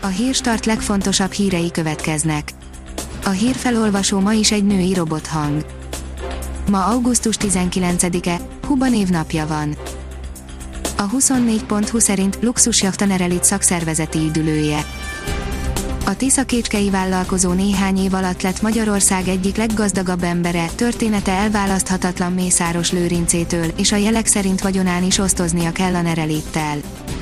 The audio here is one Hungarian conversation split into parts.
A Hírstart legfontosabb hírei következnek. A hírfelolvasó ma is egy női robothang. Ma augusztus 19-e, Huba névnapja van. A 24.20 szerint luxusjachta Nerelit szakszervezeti üdülője. A tiszakécskei vállalkozó néhány év alatt lett Magyarország egyik leggazdagabb embere, története elválaszthatatlan Mészáros Lőrincétől, és a jelek szerint vagyonán is osztoznia kell a Nerelittel.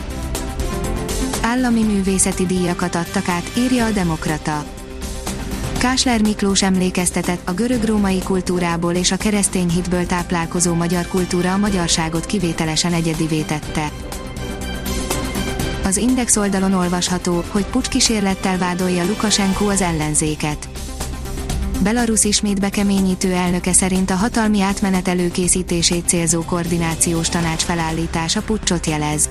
Állami művészeti díjakat adtak át, írja a Demokrata. Kásler Miklós emlékeztetett, a görög-római kultúrából és a keresztény hitből táplálkozó magyar kultúra a magyarságot kivételesen egyedivé tette. Az Index oldalon olvasható, hogy pucskísérlettel vádolja Lukasenko az ellenzéket. Belarusz ismét bekeményítő elnöke szerint a hatalmi átmenet előkészítését célzó koordinációs tanács felállítása puccsot jelez.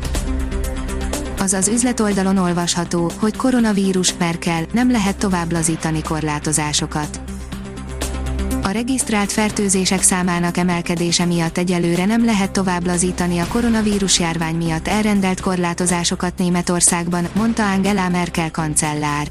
Az üzletoldalon olvasható, hogy koronavírus, Merkel, nem lehet tovább lazítani korlátozásokat. A regisztrált fertőzések számának emelkedése miatt egyelőre nem lehet tovább lazítani a koronavírus járvány miatt elrendelt korlátozásokat Németországban, mondta Angela Merkel kancellár.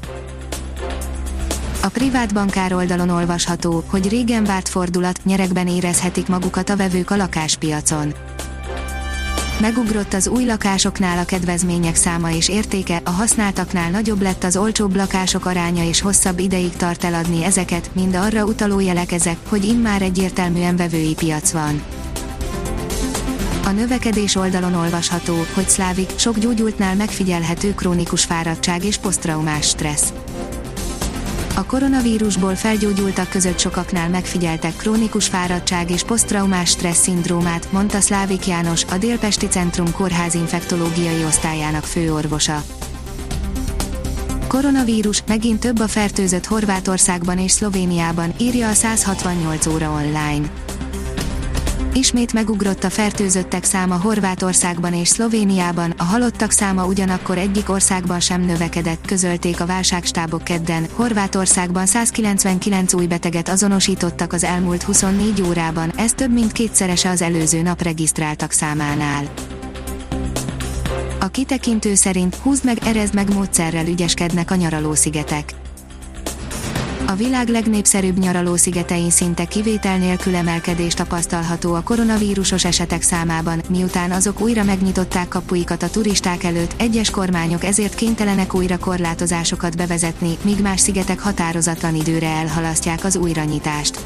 A privát bankár oldalon olvasható, hogy régen várt fordulat, nyeregben érezhetik magukat a vevők a lakáspiacon. Megugrott az új lakásoknál a kedvezmények száma és értéke, a használtaknál nagyobb lett az olcsóbb lakások aránya és hosszabb ideig tart eladni ezeket, mind arra utaló jelek ezek, hogy immár egyértelműen vevői piac van. A növekedés oldalon olvasható, hogy Szlávik, sok gyógyultnál megfigyelhető krónikus fáradtság és posztraumás stressz. A koronavírusból felgyógyultak között sokaknál megfigyeltek krónikus fáradtság és posztraumás stressz szindrómát, mondta Szlávik János, a Délpesti Centrum kórház infektológiai osztályának főorvosa. Koronavírus, megint több a fertőzött Horvátországban és Szlovéniában, írja a 168 óra online. Ismét megugrott a fertőzöttek száma Horvátországban és Szlovéniában, a halottak száma ugyanakkor egyik országban sem növekedett, közölték a válságstábok kedden. Horvátországban 199 új beteget azonosítottak az elmúlt 24 órában, ez több mint kétszerese az előző nap regisztráltak számánál. A kitekintő szerint húzd meg, erezd meg módszerrel ügyeskednek a nyaralószigetek. A világ legnépszerűbb nyaralószigetein szinte kivétel nélkül emelkedés tapasztalható a koronavírusos esetek számában, miután azok újra megnyitották kapuikat a turisták előtt, egyes kormányok ezért kénytelenek újra korlátozásokat bevezetni, míg más szigetek határozatlan időre elhalasztják az újranyitást.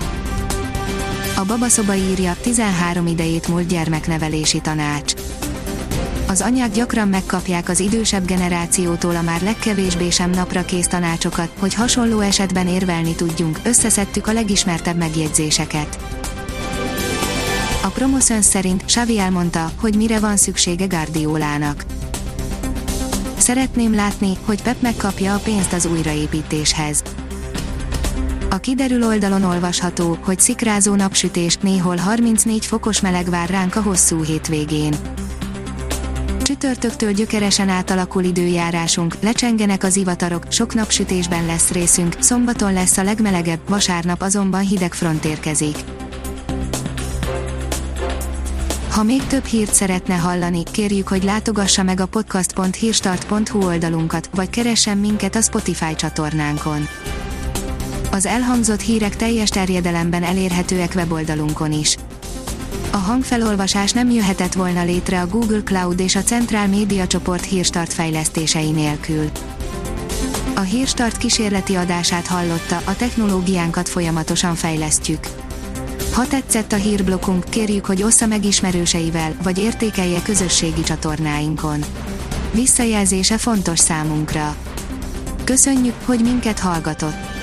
A babaszoba írja, 13 idejét múlt gyermeknevelési tanács. Az anyák gyakran megkapják az idősebb generációtól a már legkevésbé sem napra kész tanácsokat, hogy hasonló esetben érvelni tudjunk, összeszedtük a legismertebb megjegyzéseket. A Promoszöns szerint Xavi elmondta, hogy mire van szüksége Guardiolának. Szeretném látni, hogy Pep megkapja a pénzt az újraépítéshez. A kiderül oldalon olvasható, hogy szikrázó napsütés, néhol 34 fokos meleg vár ránk a hosszú hétvégén. Csütörtöktől gyökeresen átalakul időjárásunk, lecsengenek az ivatarok, sok napsütésben lesz részünk, szombaton lesz a legmelegebb, vasárnap azonban hideg front érkezik. Ha még több hírt szeretne hallani, kérjük, hogy látogassa meg a podcast.hírstart.hu oldalunkat, vagy keressen minket a Spotify csatornánkon. Az elhangzott hírek teljes terjedelemben elérhetőek weboldalunkon is. A hangfelolvasás nem jöhetett volna létre a Google Cloud és a Centrál Média csoport Hírstart fejlesztései nélkül. A Hírstart kísérleti adását hallotta, a technológiánkat folyamatosan fejlesztjük. Ha tetszett a hírblokkunk, kérjük, hogy ossza meg ismerőseivel, vagy értékelje közösségi csatornáinkon. Visszajelzése fontos számunkra. Köszönjük, hogy minket hallgatott!